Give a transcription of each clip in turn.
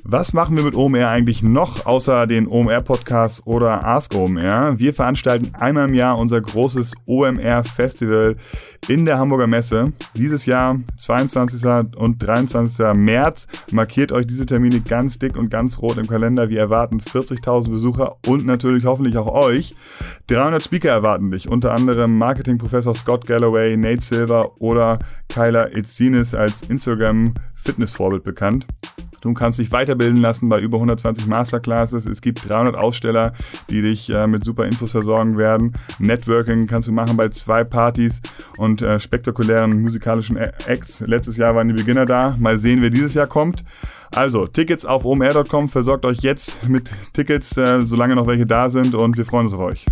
Was machen wir mit OMR eigentlich noch, außer den OMR-Podcasts oder Ask OMR? Wir veranstalten einmal im Jahr unser großes OMR-Festival in der Hamburger Messe. Dieses Jahr, 22. und 23. März, markiert euch diese Termine ganz dick und ganz rot im Kalender. Wir erwarten 40.000 Besucher und natürlich hoffentlich auch euch. 300 Speaker erwarten dich, unter anderem Marketing-Professor Scott Galloway, Nate Silver oder Kyla Itzinis als Instagram-Fitnessvorbild bekannt. Du kannst dich weiterbilden lassen bei über 120 Masterclasses. Es gibt 300 Aussteller, die dich mit super Infos versorgen werden. Networking kannst du machen bei 2 Partys und spektakulären musikalischen Acts. Letztes Jahr waren die Beginner da. Mal sehen, wer dieses Jahr kommt. Also, Tickets auf omr.com. Versorgt euch jetzt mit Tickets, solange noch welche da sind, und wir freuen uns auf euch.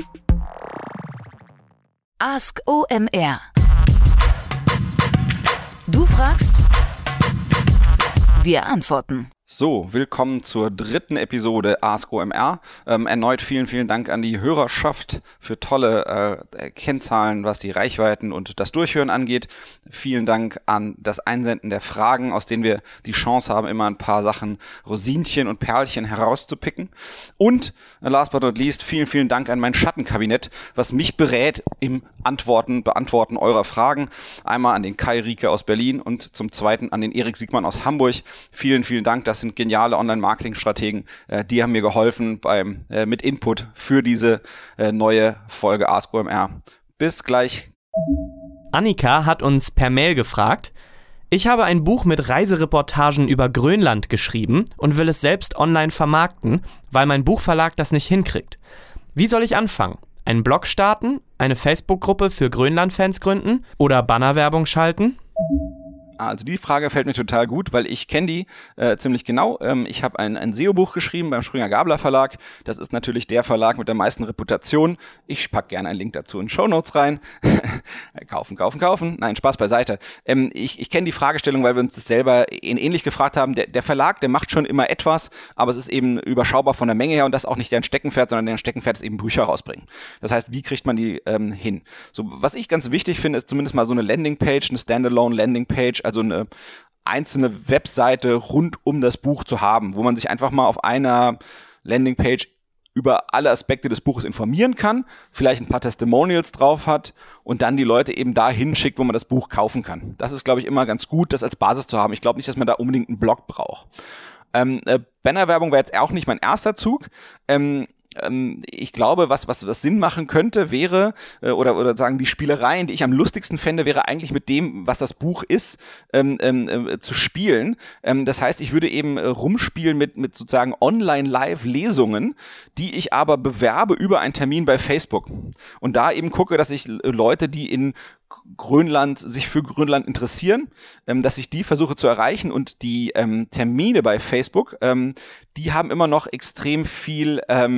Ask OMR. Du fragst, wir antworten. So, willkommen zur 3. Episode Ask OMR. Erneut vielen Dank an die Hörerschaft für tolle Kennzahlen, was die Reichweiten und das Durchhören angeht. Vielen Dank an das Einsenden der Fragen, aus denen wir die Chance haben, immer ein paar Sachen, Rosinchen und Perlchen herauszupicken. Und last but not least, vielen Dank an mein Schattenkabinett, was mich berät im Beantworten eurer Fragen. Einmal an den Kai Rieke aus Berlin und zum Zweiten an den Erik Siegmann aus Hamburg. Vielen Dank. Das sind geniale Online-Marketing-Strategen. Die haben mir geholfen mit Input für diese neue Folge Ask OMR. Bis gleich. Annika hat uns per Mail gefragt: Ich habe ein Buch mit Reisereportagen über Grönland geschrieben und will es selbst online vermarkten, weil mein Buchverlag das nicht hinkriegt. Wie soll ich anfangen? Einen Blog starten? Eine Facebook-Gruppe für Grönland-Fans gründen? Oder Bannerwerbung schalten? Also die Frage fällt mir total gut, weil ich kenne die ziemlich genau. Ich habe ein SEO-Buch geschrieben beim Springer-Gabler Verlag. Das ist natürlich der Verlag mit der meisten Reputation. Ich packe gerne einen Link dazu in Shownotes rein. Kaufen. Nein, Spaß beiseite. Ich kenne die Fragestellung, weil wir uns das selber ähnlich gefragt haben. Der Verlag, der macht schon immer etwas, aber es ist eben überschaubar von der Menge her und das ist auch nicht deren Steckenpferd, sondern deren Steckenpferd ist eben Bücher rausbringen. Das heißt, wie kriegt man die hin? So, was ich ganz wichtig finde, ist zumindest mal so eine Landingpage, eine Standalone-Landingpage, also eine einzelne Webseite rund um das Buch zu haben, wo man sich einfach mal auf einer Landingpage über alle Aspekte des Buches informieren kann, vielleicht ein paar Testimonials drauf hat und dann die Leute eben dahin schickt, wo man das Buch kaufen kann. Das ist, glaube ich, immer ganz gut, das als Basis zu haben. Ich glaube nicht, dass man da unbedingt einen Blog braucht. Bannerwerbung war jetzt auch nicht mein erster Zug. Ich glaube, was Sinn machen könnte, wäre, oder sagen die Spielereien, die ich am lustigsten fände, wäre eigentlich mit dem, was das Buch ist, zu spielen. Das heißt, ich würde eben rumspielen mit sozusagen Online-Live-Lesungen, die ich aber bewerbe über einen Termin bei Facebook. Und da eben gucke, dass ich Leute, die in Grönland, sich für Grönland interessieren, dass ich die versuche zu erreichen, und die Termine bei Facebook, die haben immer noch extrem viel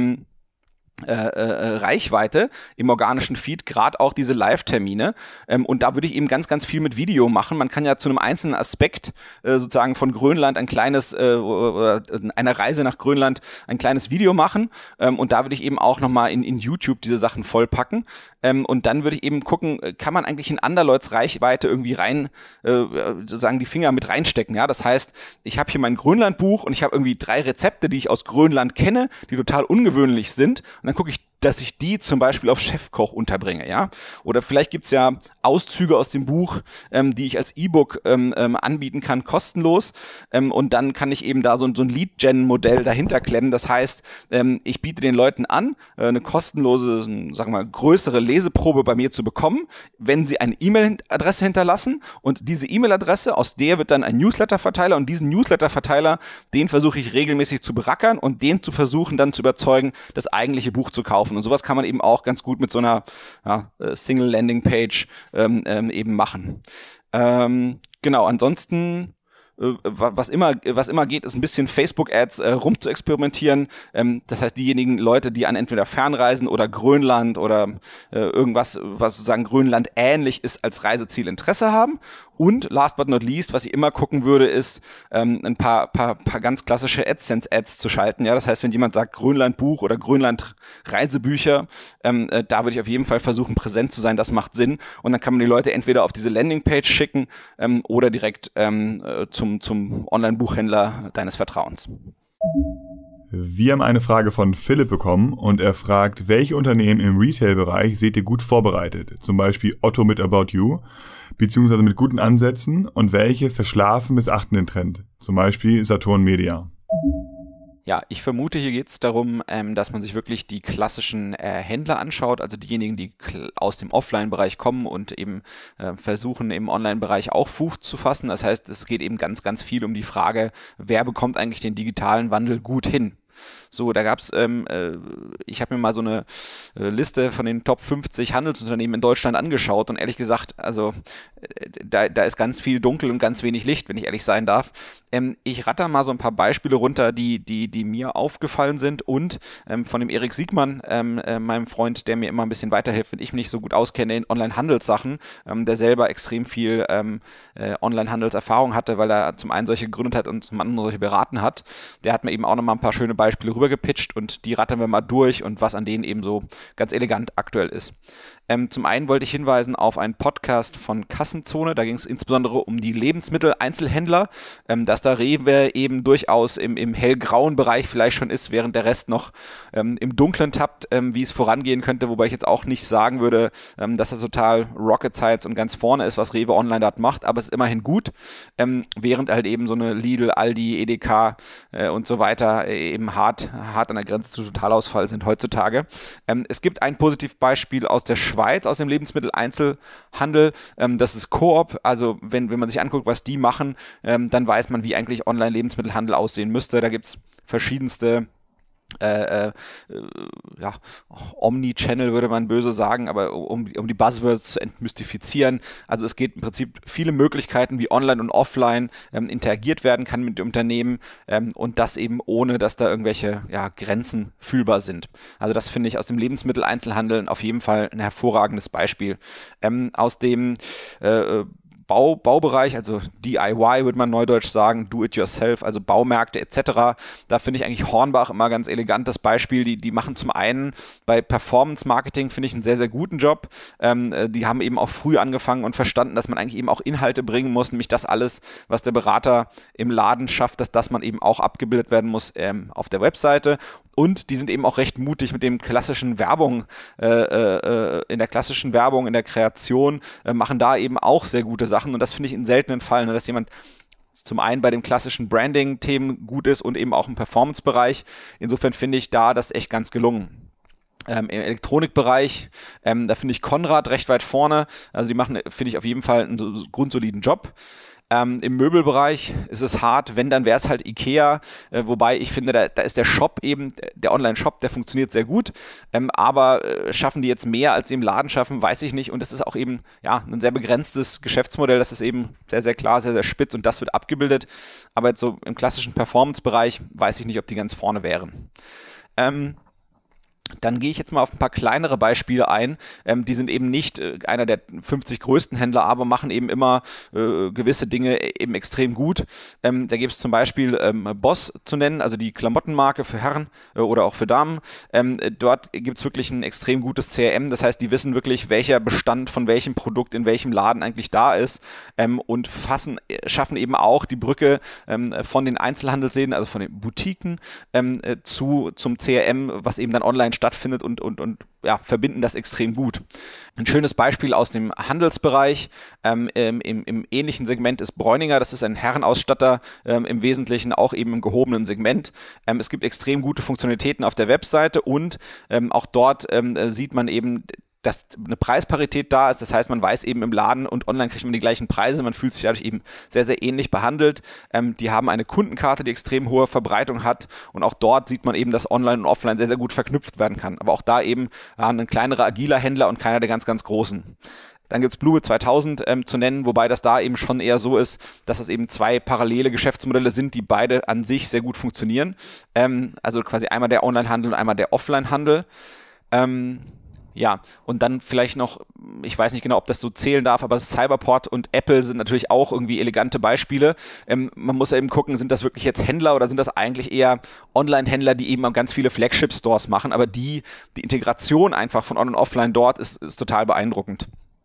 Reichweite im organischen Feed, gerade auch diese Live-Termine, und da würde ich eben ganz viel mit Video machen. Man kann ja zu einem einzelnen Aspekt sozusagen von Grönland ein kleines oder einer Reise nach Grönland ein kleines Video machen, und da würde ich eben auch nochmal in YouTube diese Sachen vollpacken, und dann würde ich eben gucken, kann man eigentlich in Anderleuts Reichweite irgendwie rein sozusagen die Finger mit reinstecken, ja, das heißt, ich habe hier mein Grönland-Buch und ich habe irgendwie 3 Rezepte, die ich aus Grönland kenne, die total ungewöhnlich sind. Und dann gucke ich, dass ich die zum Beispiel auf Chefkoch unterbringe, ja. Oder vielleicht gibt's ja Auszüge aus dem Buch, die ich als E-Book anbieten kann, kostenlos. Und dann kann ich eben da so ein Lead-Gen-Modell dahinter klemmen. Das heißt, ich biete den Leuten an, eine kostenlose, sagen wir mal, größere Leseprobe bei mir zu bekommen, wenn sie eine E-Mail-Adresse hinterlassen. Und diese E-Mail-Adresse, aus der wird dann ein Newsletter-Verteiler. Und diesen Newsletter-Verteiler, den versuche ich regelmäßig zu berackern und den zu versuchen, dann zu überzeugen, das eigentliche Buch zu kaufen. Und sowas kann man eben auch ganz gut mit so einer Single-Landing-Page eben machen. Genau, ansonsten was immer geht, ist ein bisschen Facebook-Ads rum zu experimentieren. Das heißt, diejenigen Leute, die an entweder Fernreisen oder Grönland oder irgendwas, was sozusagen Grönland ähnlich ist, als Reiseziel Interesse haben. Und last but not least, was ich immer gucken würde, ist ein paar ganz klassische AdSense-Ads zu schalten. Ja, das heißt, wenn jemand sagt Grönland-Buch oder Grönland-Reisebücher, da würde ich auf jeden Fall versuchen, präsent zu sein. Das macht Sinn. Und dann kann man die Leute entweder auf diese Landingpage schicken oder direkt zum zum Online-Buchhändler deines Vertrauens. Wir haben eine Frage von Philipp bekommen und er fragt, welche Unternehmen im Retail-Bereich seht ihr gut vorbereitet? Zum Beispiel Otto mit About You, beziehungsweise mit guten Ansätzen, und welche verschlafen bis achten den Trend? Zum Beispiel Saturn Media. Ja, ich vermute, hier geht es darum, dass man sich wirklich die klassischen Händler anschaut, also diejenigen, die aus dem Offline-Bereich kommen und eben versuchen, im Online-Bereich auch Fuß zu fassen. Das heißt, es geht eben ganz, ganz viel um die Frage, wer bekommt eigentlich den digitalen Wandel gut hin? So, da gab's, ich habe mir mal so eine Liste von den Top 50 Handelsunternehmen in Deutschland angeschaut und ehrlich gesagt, also da ist ganz viel dunkel und ganz wenig Licht, wenn ich ehrlich sein darf. Ich ratter mal so ein paar Beispiele runter, die mir aufgefallen sind und von dem Erik Siegmann, meinem Freund, der mir immer ein bisschen weiterhilft, wenn ich mich nicht so gut auskenne in Online-Handelssachen, der selber extrem viel Online-Handelserfahrung hatte, weil er zum einen solche gegründet hat und zum anderen solche beraten hat. Der hat mir eben auch nochmal ein paar schöne Beispiele rübergepitcht und die rattern wir mal durch und was an denen eben so ganz elegant aktuell ist. Zum einen wollte ich hinweisen auf einen Podcast von Kassenzone, da ging es insbesondere um die Lebensmittel-Einzelhändler, dass da Rewe eben durchaus im hellgrauen Bereich vielleicht schon ist, während der Rest noch im Dunklen tappt, wie es vorangehen könnte, wobei ich jetzt auch nicht sagen würde, dass das total Rocket Science und ganz vorne ist, was Rewe online dort macht, aber es ist immerhin gut, während halt eben so eine Lidl, Aldi, Edeka und so weiter eben hart an der Grenze zu Totalausfall sind heutzutage. Es gibt ein Positivbeispiel aus der Schweiz, aus dem Lebensmitteleinzelhandel, das ist Coop, also wenn man sich anguckt, was die machen, dann weiß man, wie eigentlich Online-Lebensmittelhandel aussehen müsste. Da gibt es verschiedenste Omni-Channel würde man böse sagen, aber um die Buzzwords zu entmystifizieren. Also es geht im Prinzip viele Möglichkeiten, wie online und offline interagiert werden kann mit dem Unternehmen und das eben ohne, dass da irgendwelche Grenzen fühlbar sind. Also das finde ich aus dem Lebensmitteleinzelhandel auf jeden Fall ein hervorragendes Beispiel. Aus dem Baubereich, also DIY würde man neudeutsch sagen, Do-it-yourself, also Baumärkte etc. Da finde ich eigentlich Hornbach immer ganz elegantes Beispiel. Die machen zum einen bei Performance-Marketing, finde ich, einen sehr, sehr guten Job. Die haben eben auch früh angefangen und verstanden, dass man eigentlich eben auch Inhalte bringen muss, nämlich das alles, was der Berater im Laden schafft, dass das man eben auch abgebildet werden muss auf der Webseite. Und die sind eben auch recht mutig mit dem klassischen Werbung, in der klassischen Werbung, in der Kreation, machen da eben auch sehr gute Sachen. Und das finde ich in seltenen Fällen, dass jemand zum einen bei den klassischen Branding-Themen gut ist und eben auch im Performance-Bereich. Insofern finde ich da das echt ganz gelungen. Im Elektronikbereich, da finde ich Konrad recht weit vorne. Also die machen, finde ich, auf jeden Fall einen grundsoliden Job. Im Möbelbereich ist es hart, wenn, dann wäre es halt Ikea, wobei ich finde, da ist der Shop eben, der Online-Shop, der funktioniert sehr gut, aber schaffen die jetzt mehr, als sie im Laden schaffen, weiß ich nicht, und das ist auch eben ein sehr begrenztes Geschäftsmodell, das ist eben sehr, sehr klar, sehr, sehr spitz und das wird abgebildet, aber jetzt so im klassischen Performance-Bereich weiß ich nicht, ob die ganz vorne wären. Dann gehe ich jetzt mal auf ein paar kleinere Beispiele ein. Die sind eben nicht einer der 50 größten Händler, aber machen eben immer gewisse Dinge eben extrem gut. Da gibt es zum Beispiel Boss zu nennen, also die Klamottenmarke für Herren oder auch für Damen. Dort gibt es wirklich ein extrem gutes CRM. Das heißt, die wissen wirklich, welcher Bestand von welchem Produkt in welchem Laden eigentlich da ist und schaffen eben auch die Brücke von den Einzelhandelsläden, also von den Boutiquen zum CRM, was eben dann online stattfindet und verbinden das extrem gut. Ein schönes Beispiel aus dem Handelsbereich im ähnlichen Segment ist Bräuninger. Das ist ein Herrenausstatter, im Wesentlichen auch eben im gehobenen Segment. Es gibt extrem gute Funktionalitäten auf der Webseite und auch dort sieht man eben, dass eine Preisparität da ist, das heißt, man weiß eben im Laden und online kriegt man die gleichen Preise, man fühlt sich dadurch eben sehr, sehr ähnlich behandelt. Die haben eine Kundenkarte, die extrem hohe Verbreitung hat und auch dort sieht man eben, dass online und offline sehr, sehr gut verknüpft werden kann. Aber auch da eben ein kleinerer, agiler Händler und keiner der ganz, ganz großen. Dann gibt es Blume 2000 zu nennen, wobei das da eben schon eher so ist, dass es eben zwei parallele Geschäftsmodelle sind, die beide an sich sehr gut funktionieren. Also quasi einmal der Onlinehandel und einmal der Offlinehandel. Ja, und dann vielleicht noch, ich weiß nicht genau, ob das so zählen darf, aber Cyberport und Apple sind natürlich auch irgendwie elegante Beispiele. Man muss eben gucken, sind das wirklich jetzt Händler oder sind das eigentlich eher Online-Händler, die eben ganz viele Flagship-Stores machen, aber die Integration einfach von On- und Offline dort ist total beeindruckend.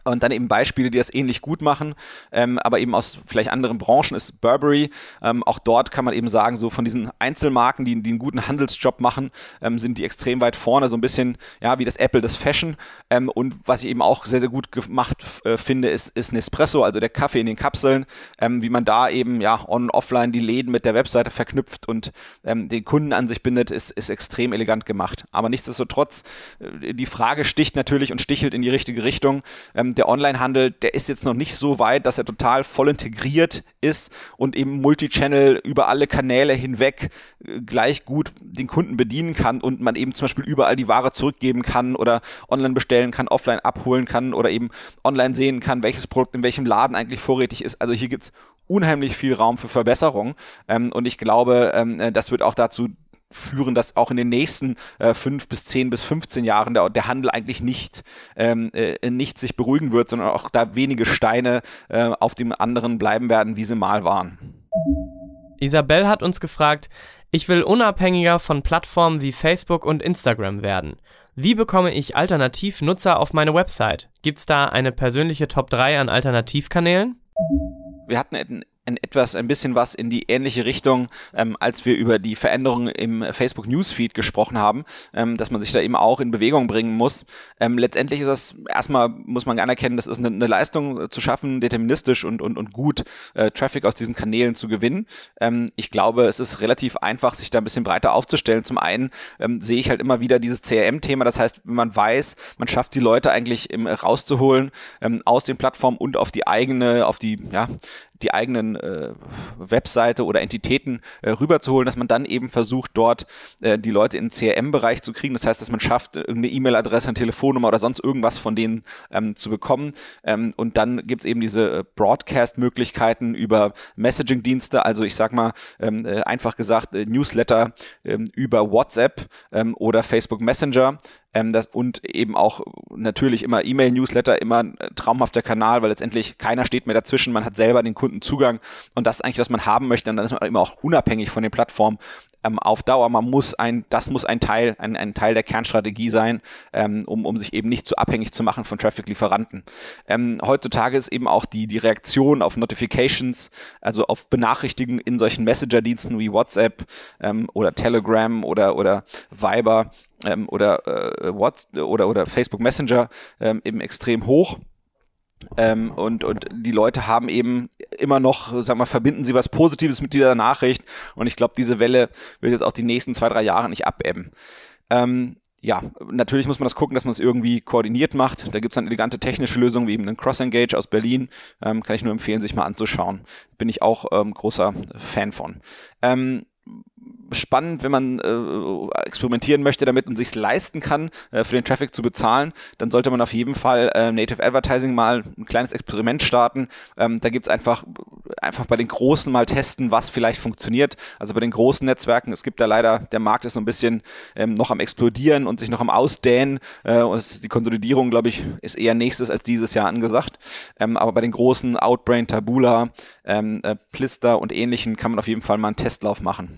Und dann eben Beispiele, die das ähnlich gut machen, aber eben aus vielleicht anderen Branchen ist Burberry. Auch dort kann man eben sagen, so von diesen Einzelmarken, die einen guten Handelsjob machen, sind die extrem weit vorne, so ein bisschen ja wie das Apple des Fashion. Und was ich eben auch sehr, sehr gut gemacht finde, ist Nespresso, also der Kaffee in den Kapseln, wie man da eben ja on- und offline die Läden mit der Webseite verknüpft und den Kunden an sich bindet, ist extrem elegant gemacht. Aber nichtsdestotrotz, die Frage sticht natürlich und stichelt in die richtige Richtung. Der Onlinehandel, der ist jetzt noch nicht so weit, dass er total voll integriert ist und eben Multichannel über alle Kanäle hinweg gleich gut den Kunden bedienen kann und man eben zum Beispiel überall die Ware zurückgeben kann oder online bestellen kann, offline abholen kann oder eben online sehen kann, welches Produkt in welchem Laden eigentlich vorrätig ist. Also hier gibt es unheimlich viel Raum für Verbesserung und ich glaube, das wird auch dazu führen, dass auch in den nächsten 5 bis 10 bis 15 Jahren der Handel eigentlich nicht sich beruhigen wird, sondern auch da wenige Steine auf dem anderen bleiben werden, wie sie mal waren. Isabel hat uns gefragt, ich will unabhängiger von Plattformen wie Facebook und Instagram werden. Wie bekomme ich Alternativnutzer auf meine Website? Gibt's da eine persönliche Top 3 an Alternativkanälen? Wir hatten ein bisschen was in die ähnliche Richtung, als wir über die Veränderungen im Facebook Newsfeed gesprochen haben, dass man sich da eben auch in Bewegung bringen muss. Letztendlich ist das, erstmal muss man anerkennen, das ist eine Leistung zu schaffen, deterministisch und gut Traffic aus diesen Kanälen zu gewinnen. Ich glaube, es ist relativ einfach, sich da ein bisschen breiter aufzustellen. Zum einen sehe ich halt immer wieder dieses CRM-Thema, das heißt, wenn man weiß, man schafft die Leute eigentlich rauszuholen aus den Plattformen und auf die eigenen Webseite oder Entitäten rüberzuholen, dass man dann eben versucht, dort die Leute in den CRM-Bereich zu kriegen. Das heißt, dass man schafft, irgendeine E-Mail-Adresse, eine Telefonnummer oder sonst irgendwas von denen zu bekommen. Und dann gibt es eben diese Broadcast-Möglichkeiten über Messaging-Dienste, also ich sag mal einfach gesagt Newsletter über WhatsApp oder Facebook Messenger. Und eben auch natürlich immer E-Mail-Newsletter, immer ein traumhafter Kanal, weil letztendlich keiner steht mehr dazwischen, man hat selber den Kundenzugang und das ist eigentlich, was man haben möchte und dann ist man immer auch unabhängig von den Plattformen auf Dauer. Das muss ein Teil der Kernstrategie sein, um sich eben nicht zu abhängig zu machen von Traffic-Lieferanten. Heutzutage ist eben auch die Reaktion auf Notifications, also auf Benachrichtigungen in solchen Messenger-Diensten wie WhatsApp oder Telegram oder Viber, oder Facebook Messenger eben extrem hoch. Und die Leute haben eben immer noch, verbinden sie was Positives mit dieser Nachricht und ich glaube, diese Welle wird jetzt auch die nächsten 2-3 Jahre nicht abebben. Natürlich muss man das gucken, dass man es irgendwie koordiniert macht. Da gibt es dann elegante technische Lösungen, wie eben einen Cross-Engage aus Berlin. Kann ich nur empfehlen, sich mal anzuschauen. Bin ich auch großer Fan von. Spannend, wenn man experimentieren möchte damit und sich leisten kann, für den Traffic zu bezahlen, dann sollte man auf jeden Fall Native Advertising mal ein kleines Experiment starten. Da gibt es einfach bei den Großen mal testen, was vielleicht funktioniert. Also bei den großen Netzwerken, es gibt da leider, der Markt ist so ein bisschen noch am explodieren und sich noch am Ausdehnen. Und die Konsolidierung, glaube ich, ist eher nächstes als dieses Jahr angesagt. Aber bei den großen Outbrain, Taboola, Plister und ähnlichen kann man auf jeden Fall mal einen Testlauf machen.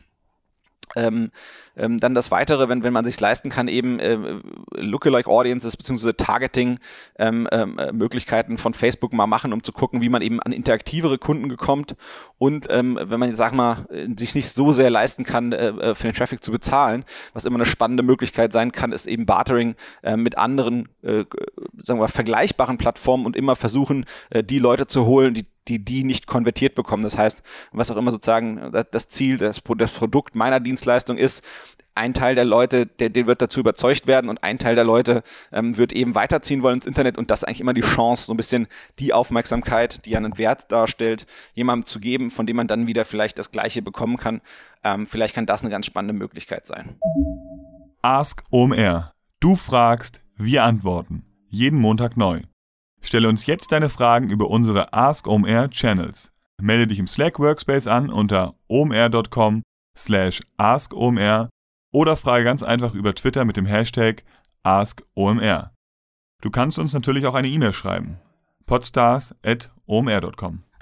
Dann das Weitere, wenn man sich leisten kann, eben Lookalike Audiences bzw. Targeting Möglichkeiten von Facebook mal machen, um zu gucken, wie man eben an interaktivere Kunden kommt. Und wenn man, sich nicht so sehr leisten kann, für den Traffic zu bezahlen, was immer eine spannende Möglichkeit sein kann, ist eben Bartering mit anderen, vergleichbaren Plattformen und immer versuchen, die Leute zu holen, die nicht konvertiert bekommen. Das heißt, was auch immer sozusagen das Ziel, das Produkt meiner Dienstleistung ist, ein Teil der Leute, der wird dazu überzeugt werden und ein Teil der Leute wird eben weiterziehen wollen ins Internet und das ist eigentlich immer die Chance, so ein bisschen die Aufmerksamkeit, die ja einen Wert darstellt, jemandem zu geben, von dem man dann wieder vielleicht das Gleiche bekommen kann. Vielleicht kann das eine ganz spannende Möglichkeit sein. Ask OMR. Du fragst, wir antworten. Jeden Montag neu. Stelle uns jetzt deine Fragen über unsere Ask OMR Channels. Melde dich im Slack Workspace an unter omr.com/askomr oder frage ganz einfach über Twitter mit dem Hashtag AskOMR. Du kannst uns natürlich auch eine E-Mail schreiben. podstars@omr.com.